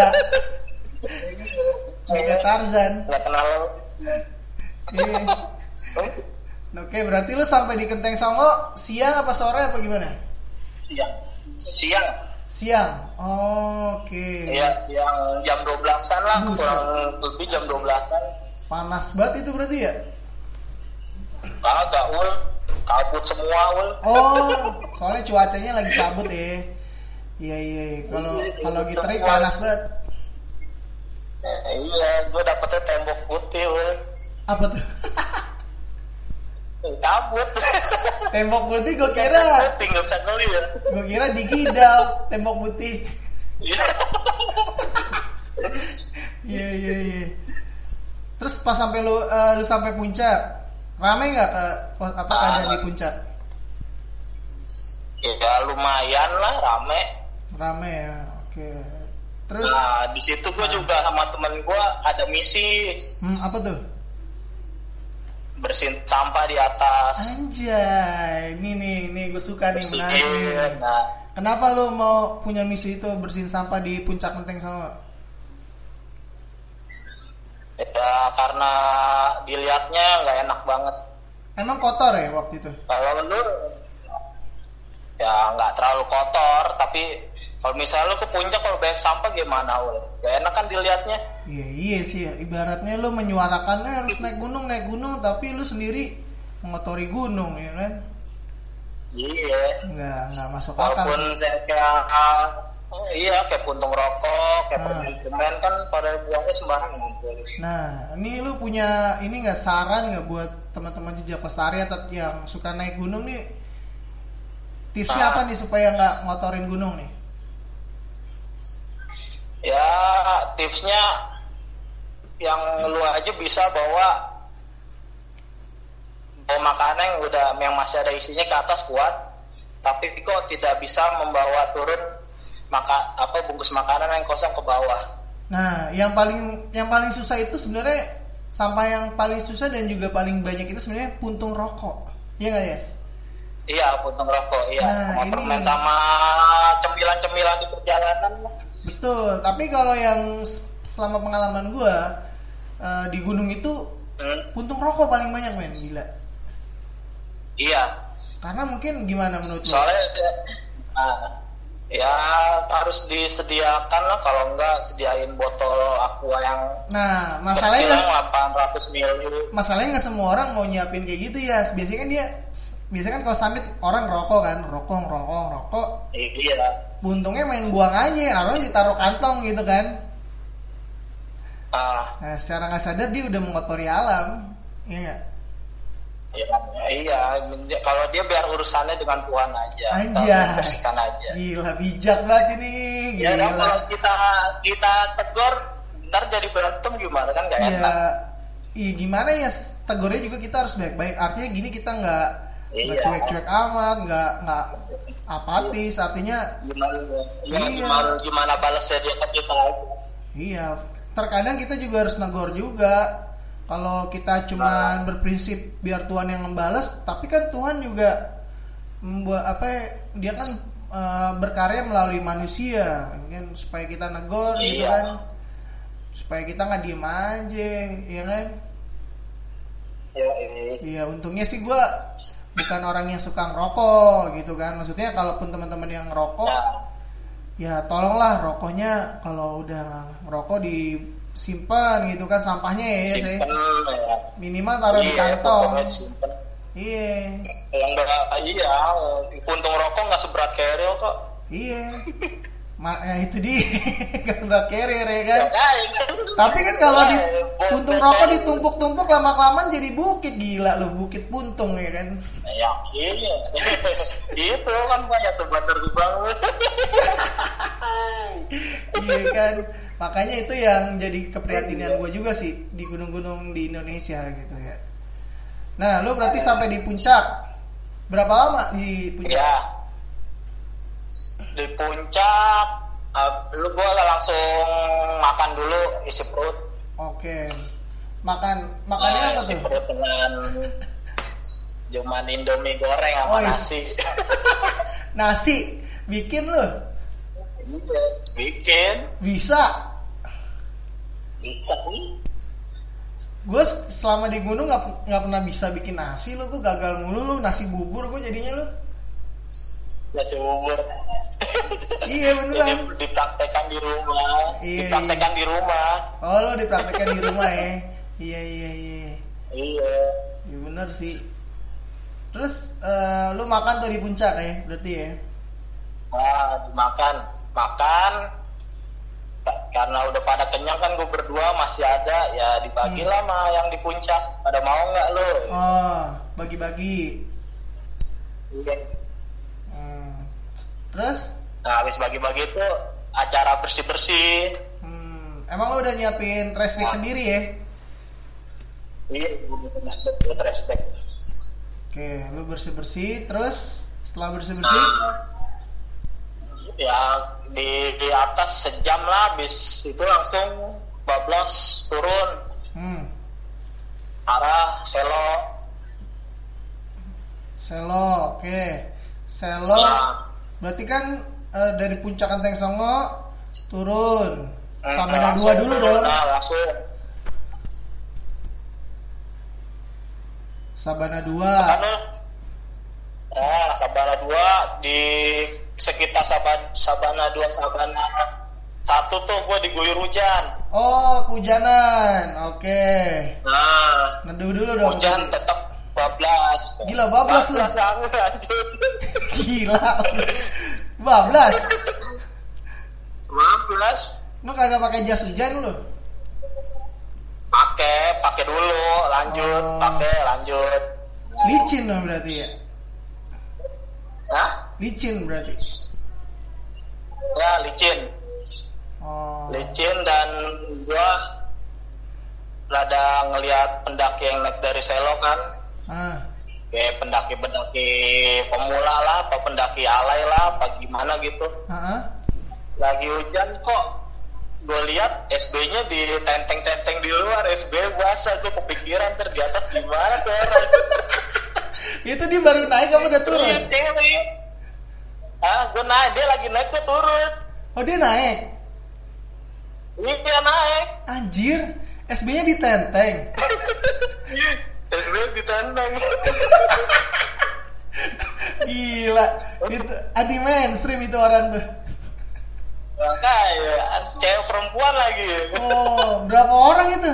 Kayak Tarzan. Gak kenal. Iya. Oke, berarti lu sampai di Kenteng Songo siang apa sore apa gimana? Siang. Siang. Siang. Oh, oke. Okay. Iya, siang jam dua belasan lah, Buset. kurang lebih jam dua belasan. Panas banget itu berarti ya? Kagak, Ul. kabut semua ul. Oh, soalnya cuacanya lagi kabut ya. Iya iya. Kalau kalau lagi terik panas banget. Eh, iya, gue dapetnya tembok putih ul. Apa tuh? Kabut. Tembok putih gue kira. Putih nggak bisa ngeliat. Gue kira digidal tembok putih. Iya. Iya iya iya. Terus pas sampai lu uh, lu sampai puncak, rame nggak ke apa Ah. keadaan di puncak? Ya lumayan lah, rame. Rame ya. Oke. Terus Nah di situ gue Ah. juga sama temen gue ada misi hmm, apa tuh? bersihin sampah di atas. Anjay, ini nih, nih gue suka nih menarik nih. Bersihin. Nah, Kenapa lu mau punya misi itu bersihin sampah di puncak Menteng sama? ya karena dilihatnya nggak enak banget. Emang kotor ya waktu itu? Kalau lu ya nggak terlalu kotor, tapi kalau misalnya lu ke puncak kalau banyak sampah gimana ul? Gak enak kan dilihatnya. Iya iya sih ya. Ibaratnya lu menyuarakannya harus naik gunung naik gunung, tapi lu sendiri mengotori gunung ya kan? Iya. Nggak nggak masuk akal. Walaupun saya kayak oh, iya kayak puntung rokok, kayak Ah. permen-permen kan pada buangnya sembarangan gitu. Nah, ini lu punya ini nggak saran nggak buat teman-teman jejak lestari atau yang suka naik gunung nih? Tipsnya Ah. apa nih supaya nggak ngotorin gunung nih? Ya tipsnya yang lu aja bisa bawa bawa makanan yang udah yang masih ada isinya ke atas kuat, tapi kok tidak bisa membawa turun maka apa bungkus makanan yang kosong ke bawah. Nah, yang paling yang paling susah itu sebenarnya sampah yang paling susah dan juga paling banyak itu sebenarnya puntung rokok. Iya nggak Yes? Iya, puntung rokok, iya. Nah, Sama ini- permen sama cemilan-cemilan di perjalanan. Betul. Tapi kalau yang s- selama pengalaman gua eh, di gunung itu Hmm, puntung rokok paling banyak men, gila. iya. Karena mungkin gimana menurut lu? Soalnya nah, ya harus disediakan lah, kalau enggak sediain botol aqua yang Nah, kecil masalahnya yang delapan ratus mililiter. masalahnya nggak semua orang mau nyiapin kayak gitu ya. Biasanya kan dia biasanya kan kalau summit orang rokok kan, rokok, rokok, rokok. Iya. Puntungnya main buang aja, orang ditaruh kantong gitu kan. Ah, Nah, secara nggak sadar dia udah mengotori alam, iya nggak? iya, iya. Kalau dia biar urusannya dengan Tuhan aja, Anjay. bersihkan aja. Gila bijak banget ini, Ya gila. kan kalau kita kita tegur, ntar jadi berantem gimana kan nggak Iya, enak. iya gimana ya? Tegurnya juga kita harus baik-baik. Artinya gini kita nggak nggak Iya. cuek-cuek amat, nggak nggak apatis. Artinya Gimana, ya, Iya. gimana, gimana balasnya dia ke kita aja. iya. Terkadang kita juga harus negor juga. Kalau kita cuma berprinsip biar Tuhan yang membalas, tapi kan Tuhan juga membuat apa? ya, Dia kan eh, berkarya melalui manusia, kan supaya kita negor gitu Iya. kan, supaya kita nggak diem aja, ya kan? Ya, ini. Iya, untungnya sih gue bukan orang yang suka ngerokok gitu kan. Maksudnya kalaupun teman-teman yang ngerokok, Ya, ya tolonglah rokoknya kalau udah ngerokok disimpan gitu kan sampahnya ya, ya saya. simpen ya. Minimal taruh di Iya, kantong. pokoknya disimpen. Iya, Yang enggak, iya, puntung rokok nggak seberat keril kok. iya. Ma- ya itu dia, gak berat carrier ya kan. Ya, Tapi kan kalau di Ya, puntung bom- rokok ditumpuk-tumpuk lama-kelamaan jadi bukit, gila loh, bukit puntung ya kan. Ya, iya. Itu kan banyak tuh terbang. Iya kan, makanya itu yang jadi keprihatinan gue juga sih di gunung-gunung di Indonesia gitu ya. Nah, lu berarti sampai di puncak berapa lama di puncak? Ya. Di puncak, uh, lu gua langsung makan dulu isi perut. Oke, makan makannya Nah, apa isi tuh? perut dengan cuman Indomie goreng sama Oh, is- nasi. Nasi, bikin lu Iya, bikin. bisa. Bisa nih. Gue selama di gunung nggak nggak pernah bisa bikin nasi, lu gue gagal mulu lu nasi bubur gue jadinya lu. Nasi bubur. Iya beneran. Jadi dipraktekan di rumah. Iya, Dipraktekan di rumah. Oh lu dipraktekkan di rumah ya? Iya iya iya. Iya. Iya bener sih. Terus uh, lu makan tuh di puncak ya, berarti ya? Nah, dimakan, makan. Karena udah pada kenyang kan gue berdua masih ada, ya dibagilah hmm. sama yang di puncak. Pada mau nggak lu? Oh, bagi-bagi. Iya. Hmm. Terus? Nah, habis bagi-bagi itu acara bersih-bersih. Hmm. Emang lu udah nyiapin trash bag nah. sendiri ya? Iya, gue trash bag. Oke, lu bersih-bersih, terus setelah bersih-bersih? Nah, ya di, di atas sejam lah, habis itu langsung bablas turun. Hmm. Arah Selo. Selo, oke. Selo. Ya. Berarti kan uh, dari puncak Kenteng Songo turun. Hmm, Sabana dua dulu dong. Nah, langsung. Sabana dua. Nah, Sabana dua di sekitar Sabana, Sabana dua, Sabana satu tuh gue diguyur hujan. Oh, kehujanan. Oke. Okay. Nah, neduh dulu dong. Hujan tetap bablas. Gila, bablas lu. Bablas lanjut. Gila. Bablas. Bablas. Lu kagak pakai jas hujan lu? Pakai, pakai dulu, lanjut, oh. pakai, lanjut. Licin dong berarti ya? Hah? Licin berarti? Ya, licin. Oh. Licin dan gua rada ngelihat pendaki yang naik dari Selo kan. Ah. Kayak pendaki-pendaki pemula lah, apa pendaki alay lah, apa gimana gitu. Uh-huh. Lagi hujan kok gue lihat S B-nya di tenteng-tenteng di luar, S B basah. Gue kepikiran ter di atas gimana tuh orang. Itu dia baru naik kamu udah turun? Iya, cewek. Ah, gue naik, dia lagi naik gue turun. Oh, dia naik? Iya, dia naik. Anjir, S B-nya di tenteng. S B-nya di tenteng. Gila, itu anti mainstream itu orang tuh. Makanya, cewek perempuan lagi. Oh, berapa orang itu?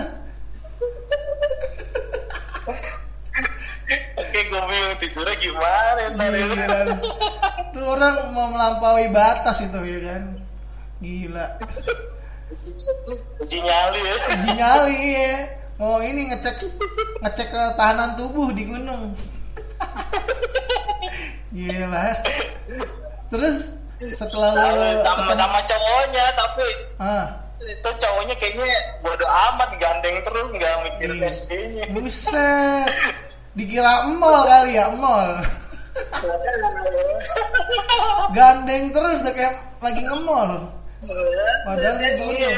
Oke, gue bingung tidurnya gimana ntar itu. Itu orang mau melampaui batas itu ya kan. Gila. Uji nyali ya. Uji nyali ya. Mau ini ngecek ngecek ketahanan tubuh di gunung. Gila. Terus setelah sama, sama, sama cowoknya tapi ah. itu cowoknya kayaknya bodo amat, gandeng terus nggak mikirin S B-nya. Buset, dikira emol kali ya, emol. Gandeng terus udah kayak lagi ngemol. Padahal dia gunung.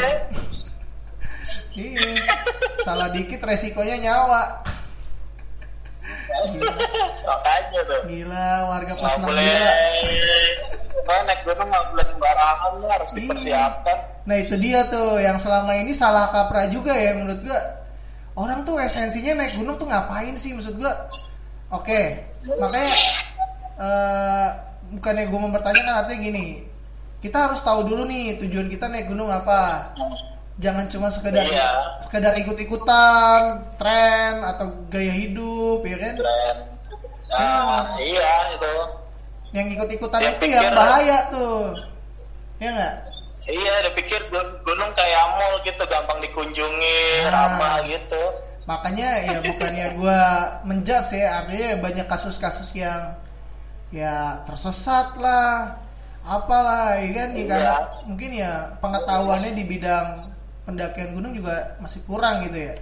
Iya, salah dikit resikonya nyawa. Gila. Makanya tuh. Gila, warga pas enam gila. Nah, naik gunung nggak boleh sembarangan, harus dipersiapkan. Nah itu dia tuh yang selama ini salah kaprah juga ya menurut gua. Orang tuh esensinya naik gunung tuh ngapain sih maksud gua? Oke, okay, makanya uh, bukannya gua mempertanyakan, artinya gini, kita harus tahu dulu nih tujuan kita naik gunung apa. Jangan cuma sekedar iya. sekedar ikut-ikutan tren atau gaya hidup ya kan? Tren. Ah, hmm. Iya itu. Yang ikut-ikutan dia itu pikir, yang bahaya tuh. Ya nggak? Iya, dia pikir gunung kayak mall gitu, gampang dikunjungi, nah, ramah gitu. Makanya ya bukannya gue menjudge ya, artinya banyak kasus-kasus yang ya tersesat lah, apalah, ya kan? Ya, karena mungkin ya pengetahuannya di bidang pendakian gunung juga masih kurang gitu ya.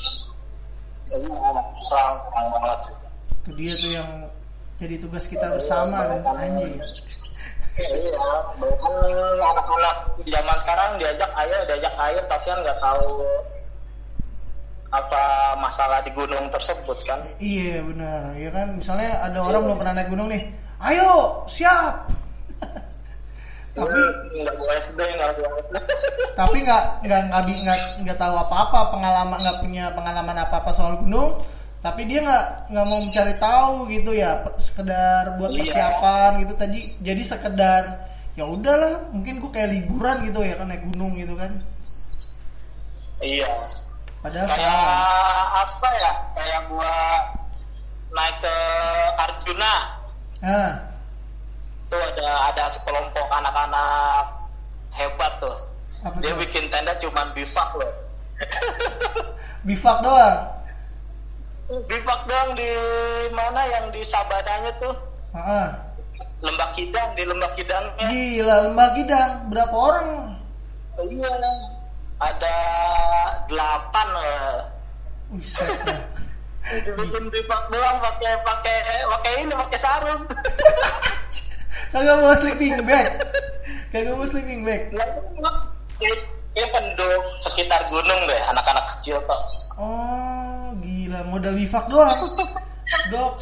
Kurang, kurang banget. Itu dia tuh yang jadi tugas kita bersama dan anjing. Iya, bahkan anak-anak zaman sekarang diajak ayo, diajak ayo, tapi kan nggak tahu apa masalah di gunung tersebut kan? Iya benar, ya kan. Misalnya ada orang belum pernah naik gunung nih, ayo siap. Tapi nggak bawa S D, nggak bawa S D. Tapi nggak nggak nggak nggak nggak tahu apa-apa, pengalaman nggak punya pengalaman apa-apa soal gunung. Tapi dia nggak nggak mau mencari tahu gitu ya, sekedar buat persiapan iya. gitu tadi. Jadi sekedar ya udahlah, mungkin gue kayak liburan gitu ya kan, naik gunung gitu kan. Iya. Padahal kayak salah. Apa ya? Kayak gua naik ke Cina. Ah. Tuh ada ada sekelompok anak-anak hebat tuh. Apa Dia tuh? bikin tenda cuman bivak loh. Bivak doang. Bivak doang di mana yang di Sabadanya tuh. Ah. Lembah Kidang, di Lembah Kidangnya. Gila, Lembah Kidang. Berapa orang? Iya. Ada delapan lah. Buset dah. Dibikin bivak doang pakai pakai pakai ini pakai sarung. Kagak bawa sleeping bag. Kagak bawa sleeping bag. Dia penduduk sekitar gunung deh, anak-anak kecil kok. Oh, gila, modal bivak doang. Doks.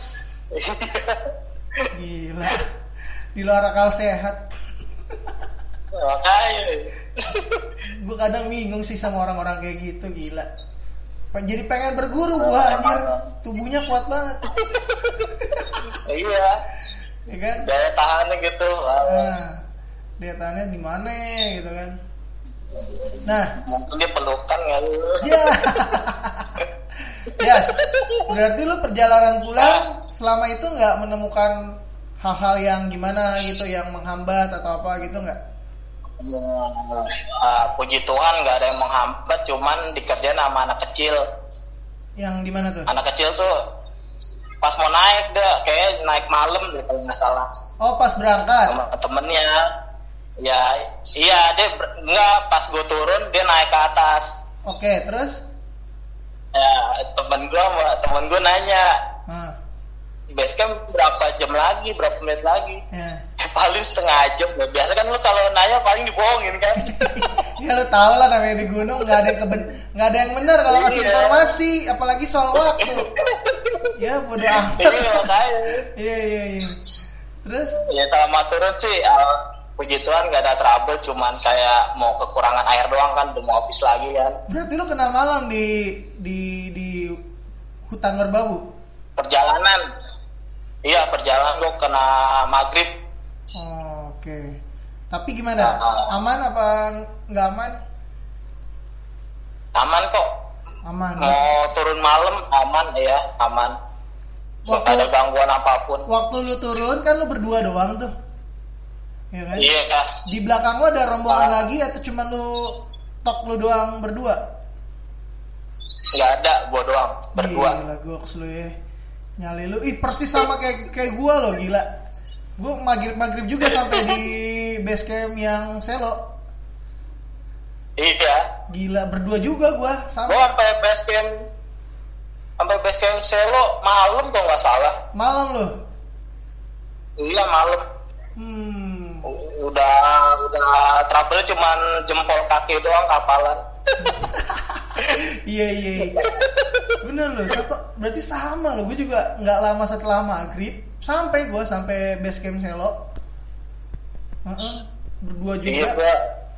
Gila. Di luar akal sehat. Makanya. Gue kadang bingung sih sama orang-orang kayak gitu, gila. Jadi pengen berguru gua, anjir. Tubuhnya kuat banget. Iya. Ya kan? Daya tahannya gitu. Nah, daya tahannya di mana gitu kan? Nah, mungkin dia pelukan ya. ya. Yes. Berarti lu perjalanan pulang selama itu nggak menemukan hal-hal yang gimana gitu, yang menghambat atau apa gitu nggak? Uh, puji Tuhan nggak ada yang menghambat, cuman dikerjain sama anak kecil. Yang di mana tuh? Anak kecil tuh pas mau naik deh, kayak naik malam deh kalau nggak salah. Oh, pas berangkat. Sama temennya. Ya, iya dia ber- nggak pas gue turun dia naik ke atas. Oke, terus? Ya temen gue, temen gue nanya, Nah, basecamp berapa jam lagi, berapa menit lagi? ya. Paling setengah jam. Ya, biasa kan lu kalau nanya paling dibohongin kan. Ya lu tau lah, namanya di gunung nggak ada yang keben, nggak ada yang benar kalau ngasih Iya. informasi, apalagi soal waktu. Ya bodo amat. Iya makanya. Iya iya iya. Terus? Ya selama turun sih, uh, puji Tuhan gak ada trouble, cuman kayak mau kekurangan air doang kan, udah mau habis lagi kan. Berarti lu kena malam di di di hutan merbabu? Perjalanan, iya perjalanan gue kena maghrib. Oh, oke. Okay. Tapi gimana? Nah, aman apa nggak aman? Aman kok. Aman. Mau turun malam aman ya, aman. Gak Waktu- ada gangguan apapun. Waktu lu turun kan lu berdua doang tuh. Ya kan? Iya. Di belakang lu ada rombongan Ah. lagi atau cuma lu tok lu doang berdua? Gak ada, gue doang berdua. Gila, goks lu ya. Nyali lu. Ih, persis sama kayak kayak gua loh, gila. Gua maghrib-maghrib juga sampai di base camp yang Selo. Iya. Gila, berdua juga gua Gue sama. sampai base camp, sampai base camp Selo malam kok nggak salah. Malam lu. Iya malam. Hmm. Udah udah trouble cuman jempol kaki doang kapalan. Iya iya. iya. Bener loh, siapa? Berarti sama loh. Gue juga nggak lama setelah maghrib sampai gue sampai base camp Selo. Heeh. Berdua juga. Iya gua.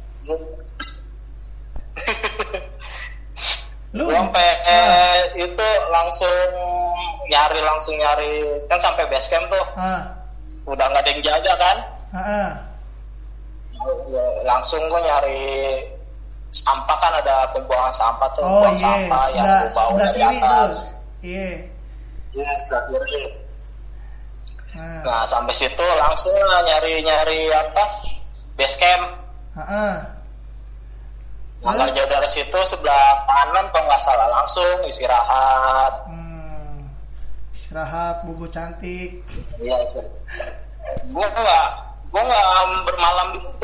Lu? Gua sampai Nah. eh, itu langsung nyari langsung nyari kan sampai base camp tuh. Ah. Udah nggak ada yang jaga kan? Ah. Langsung gua nyari sampah, kan ada pembuangan sampah tuh, Oh buang iya, sampah yang sebelah, gua bawa sebelah dari kiri tuh. atas. Iya. Iya sebelah kiri. Nah. Nah sampai situ langsung lah nyari-nyari apa base camp. Ah. Nah nggak jauh dari situ sebelah kanan kalau nggak salah langsung istirahat. Hmm. Istirahat, bobo cantik. Iya sih. Gue nggak, gue nggak bermalam di situ.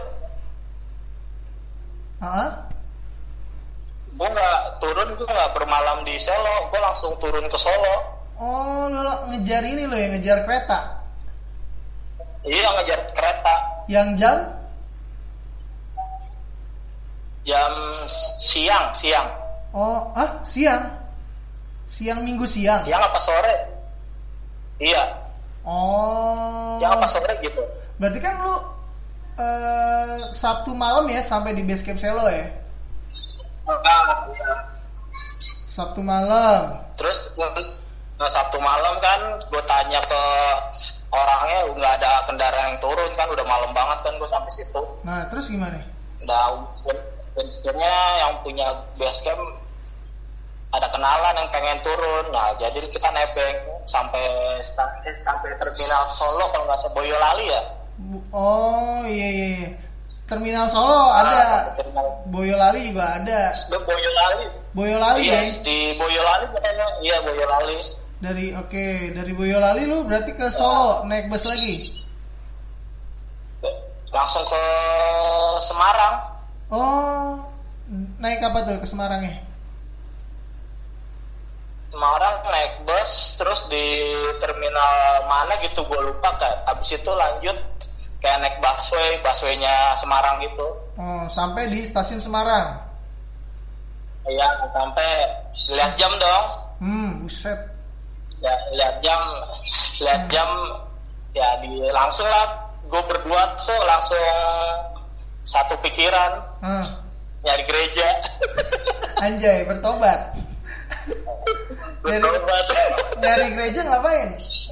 Ah. Gue nggak turun, gue nggak bermalam di Selo. Gue langsung turun ke Solo. Oh, lu lo ngejar ini lo ya, ngejar kereta. Iya ngejar kereta. Yang jam? Jam siang, siang. Oh, ah, siang. Siang minggu siang. Siang apa sore? Iya. Oh. Siang apa sore gitu. Berarti kan lu eh, Sabtu malam ya sampai di base camp Selo ya? Nah, iya. Sabtu malam. Terus nah, Sabtu malam kan gue tanya ke orangnya, nggak ada kendaraan yang turun kan, udah malam banget kan gue sampai situ. Nah, terus gimana? Nah, akhirnya yang punya base camp ada kenalan yang pengen turun. Nah, jadi kita nebeng sampai sampai terminal Solo kalau nggak salah, Boyolali ya. Oh iya iya. Terminal Solo nah, ada. Terminal. Boyolali juga ada. Boyolali. Boyolali iya, ya. Di Boyolali katanya. Iya, Boyolali. Dari oke, okay. dari Boyolali lu berarti ke Solo nah. naik bus lagi. Langsung ke Semarang. Oh, naik apa tuh ke Semarangnya? Semarang naik bus, terus di terminal mana gitu gue lupa kan. Habis itu lanjut kayak naik busway, busway-nya Semarang gitu. Oh, sampai di stasiun Semarang. Iya, sampai lihat jam dong. Hmm, buset. Ya, lihat jam, lihat hmm. jam ya di langsung lah. Gue berdua tuh langsung satu pikiran. Hmm. Nyari gereja. Anjay, bertobat. Bertobat. Nyari gereja ngapain?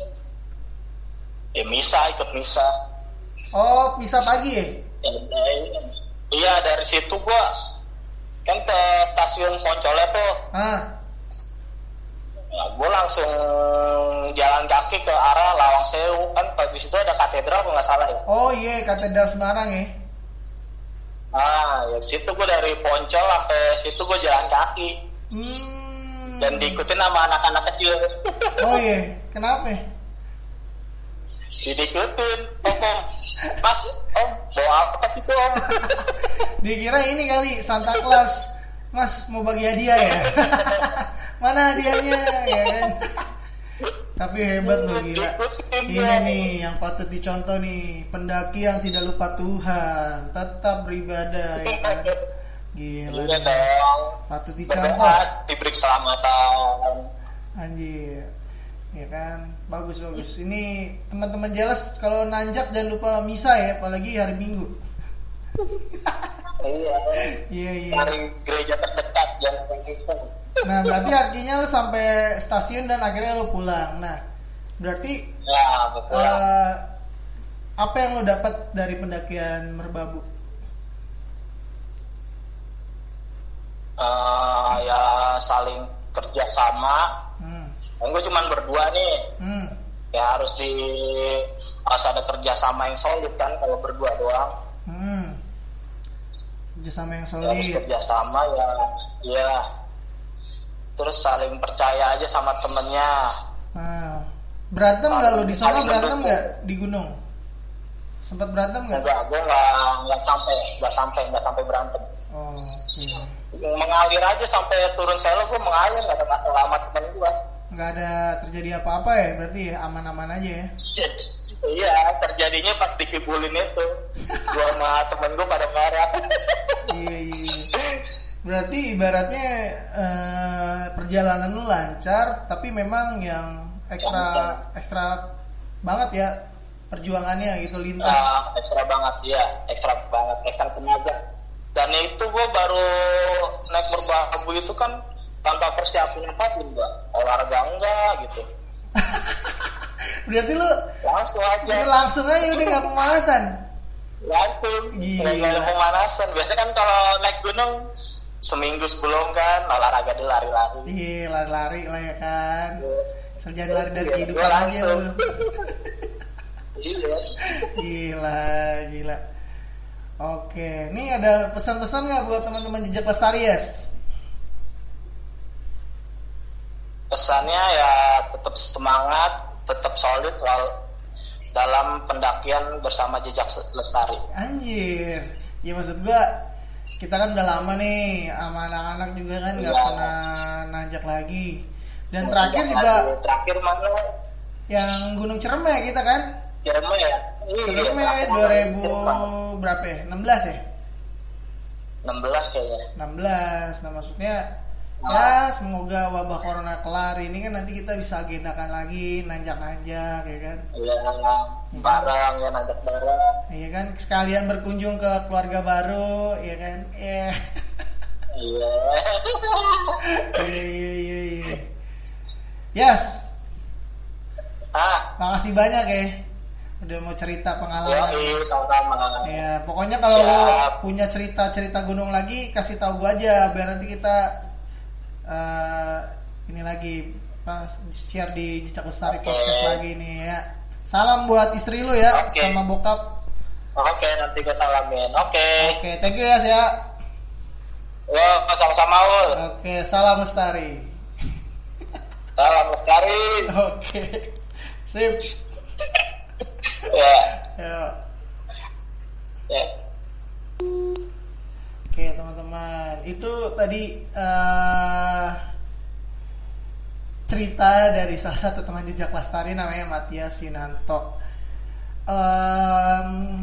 Ya misa, ikut misa. Oh, misa pagi ya? Iya, dari situ gua kan ke stasiun Poncole tuh. Ah. Nah, gua langsung jalan kaki ke arah Lawang Sewu, kan di situ ada katedral kalau nggak salah ya. Oh iya, katedral Semarang ya. Ah, ya situ gua dari Poncol sampai situ gua jalan kaki. Hmm. Dan diikutin sama anak-anak kecil. Oh iya, kenapa? Diikutin, om, om, mas, om, bawa apa sih tuh om? Dikira ini kali Santa Claus, mas mau bagi hadiah ya? Mana hadiahnya, ya kan? Tapi hebat loh gila. Ini nih yang patut dicontoh nih, pendaki yang tidak lupa Tuhan, tetap beribadah, ya kan? Gila. Iya dong. Patut dicontoh. Berdoa, diberi keselamatan. Anjir. Ya kan, bagus bagus. Ini teman-teman jelas kalau nanjak jangan lupa misa ya, apalagi hari Minggu. Iya. Iya iya. Dari gereja terdekat jangan misa. Nah berarti artinya lu sampai stasiun dan akhirnya lu pulang. Nah berarti. Ya betul. Uh, apa yang lu dapat dari pendakian Merbabu? Uh, ya saling kerjasama. Hmm. Kan gue cuma berdua nih, hmm. ya harus di harus ada kerjasama yang solid kan kalau berdua doang. Hmm. Kerjasama yang solid. Ya, harus kerjasama ya, ya. Terus saling percaya aja sama temennya. Nah, berantem nggak lo di sana, berantem nggak di gunung? Sempat berantem nggak? Enggak, gue nggak nggak sampai nggak sampai nggak sampai berantem. Oh. Iya. Mengalir aja sampai turun selo, gue mengalir nggak ada masalah sama temen gue. Nggak ada terjadi apa-apa ya, berarti aman-aman aja ya? Iya, terjadinya pas dikibulin itu, gue sama temen gue pada marah. Iya iya. Berarti ibaratnya eh, perjalanan lu lancar, tapi memang yang ekstra ekstra banget ya perjuangannya gitu lintas. Uh, ekstra banget ya, ekstra banget, ekstra tenaga. Dan itu gue baru naik Merbabu itu kan tanpa persiapan apapun, Mbak. Olahraga enggak gitu. Berarti lu langsung aja. Langsung aja udah nggak pemanasan. Langsung. Nggak ada pemanasan. Biasanya kan kalau naik gunung seminggu sebelum kan olahraga dulu lari-lari. Iya lari-lari lah ya kan. Jangan lari dari iya, kehidupan aja lu. Iya. Gila, gila. Oke, ini ada pesan-pesan nggak buat teman-teman Jejak Lestari, Yes? Pesannya ya tetap semangat, tetap solid dalam pendakian bersama Jejak Lestari. Anjir, ya maksud gua kita kan udah lama nih sama anak-anak juga kan nggak ya. pernah nanjak lagi. Dan nah, terakhir juga lagi. Terakhir mana? Yang Gunung Ciremai kita kan? Ciremai ya. Ciremai iya, dua ribu berapa ya? enam belas ya? enam belas kayaknya. enam belas. Nah maksudnya ya semoga wabah corona kelar ini kan nanti kita bisa agendakan lagi nanjak-nanjak ya kan. Iya, bareng ya nanjak bareng. Iya kan sekalian berkunjung ke keluarga baru ya kan. Iya. Iya. Iya iya iya iya. Yes. Ah, makasih banyak ya. Udah mau cerita pengalaman. Iya, sama-sama. Ya, pokoknya kalau lo punya cerita-cerita gunung lagi kasih tahu gua aja biar nanti kita uh, ini lagi uh, share di Jejak Lestari okay. Podcast lagi nih ya. Salam buat istri lu ya, okay. sama bokap. Oke, okay, nanti gue salamin. Oke. Okay. Oke, okay, thank you ya, ya. Ya, sama-sama Ul. Oke, okay, salam Lestari. Salam Lestari. Oke. Okay. Sip. Ya. Ya. Ya. Oke teman-teman, itu tadi uh, cerita dari salah satu teman Jejak Lestari namanya Matias Sinanto. Um,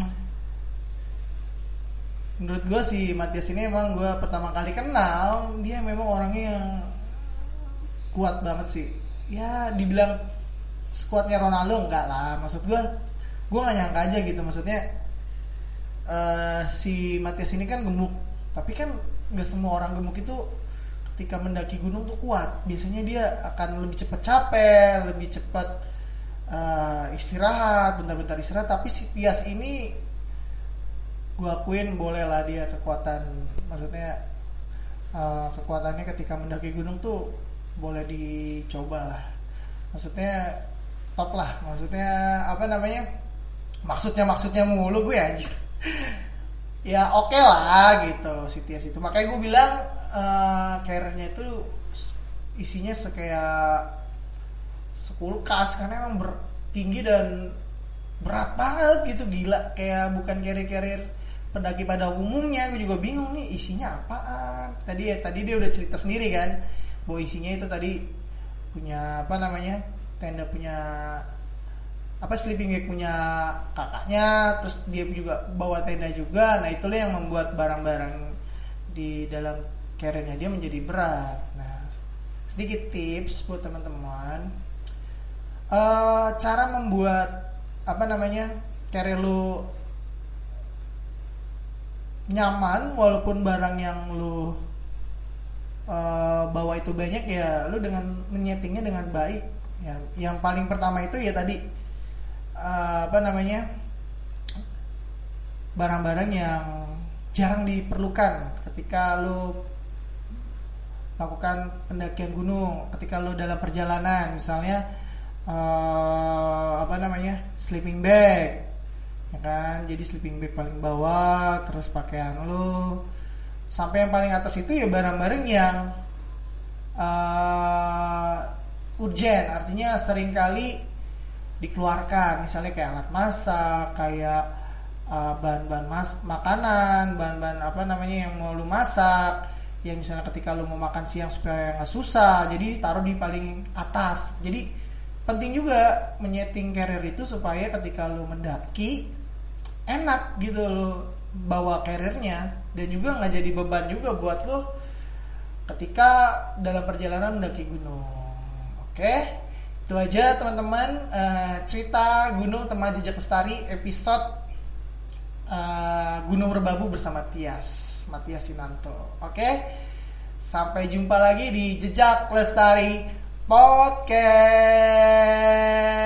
menurut gue sih Matias ini emang gue pertama kali kenal, dia memang orangnya yang kuat banget sih. Ya dibilang skuadnya Ronaldo enggak lah, maksud gue, gue nggak nyangka aja gitu, maksudnya uh, si Matias ini kan gemuk. Tapi kan nggak semua orang gemuk itu ketika mendaki gunung tuh kuat. Biasanya dia akan lebih cepat capek, lebih cepat uh, istirahat, bentar-bentar istirahat. Tapi si Tias ini, gue akuin boleh lah dia kekuatan. Maksudnya uh, kekuatannya ketika mendaki gunung tuh boleh dicoba lah. Maksudnya top lah. Maksudnya apa namanya? Maksudnya maksudnya mulu gue anjir. Ya oke okay lah gitu si Tias itu. Makanya gue bilang uh, carrier-nya itu isinya kayak sekulkas karena emang ber, tinggi dan berat banget gitu, gila. Kayak bukan carrier-carrier pendaki pada umumnya. Gue juga bingung nih isinya apaan. Tadi ya tadi dia udah cerita sendiri kan bahwa isinya itu tadi punya apa namanya tenda punya apa sleeping bag punya kakaknya, terus dia juga bawa tenda juga. Nah itulah yang membuat barang-barang di dalam carrier-nya dia menjadi berat. Nah sedikit tips buat teman-teman, uh, cara membuat apa namanya carrier lu nyaman walaupun barang yang lu uh, bawa itu banyak, ya lu dengan menyetingnya dengan baik. Ya, yang paling pertama itu ya tadi Uh, apa namanya barang-barang yang jarang diperlukan ketika lo lakukan pendakian gunung, ketika lo dalam perjalanan, misalnya uh, apa namanya sleeping bag, ya kan. Jadi sleeping bag paling bawah, terus pakaian lo sampai yang paling atas itu ya barang-barang yang uh, urgent, artinya seringkali dikeluarkan, misalnya kayak alat masak, kayak uh, bahan-bahan mas makanan, bahan-bahan apa namanya yang mau lu masak, yang misalnya ketika lu mau makan siang supaya nggak susah, jadi taruh di paling atas. Jadi penting juga menyeting carrier itu supaya ketika lu mendaki enak gitu lu bawa carriernya, dan juga nggak jadi beban juga buat lu ketika dalam perjalanan mendaki gunung. Oke. Okay? Itu aja teman-teman, uh, cerita Gunung Teman Jejak Lestari episode uh, Gunung Merbabu bersama Tias Matias Sinanto. Oke, sampai jumpa lagi di Jejak Lestari Podcast.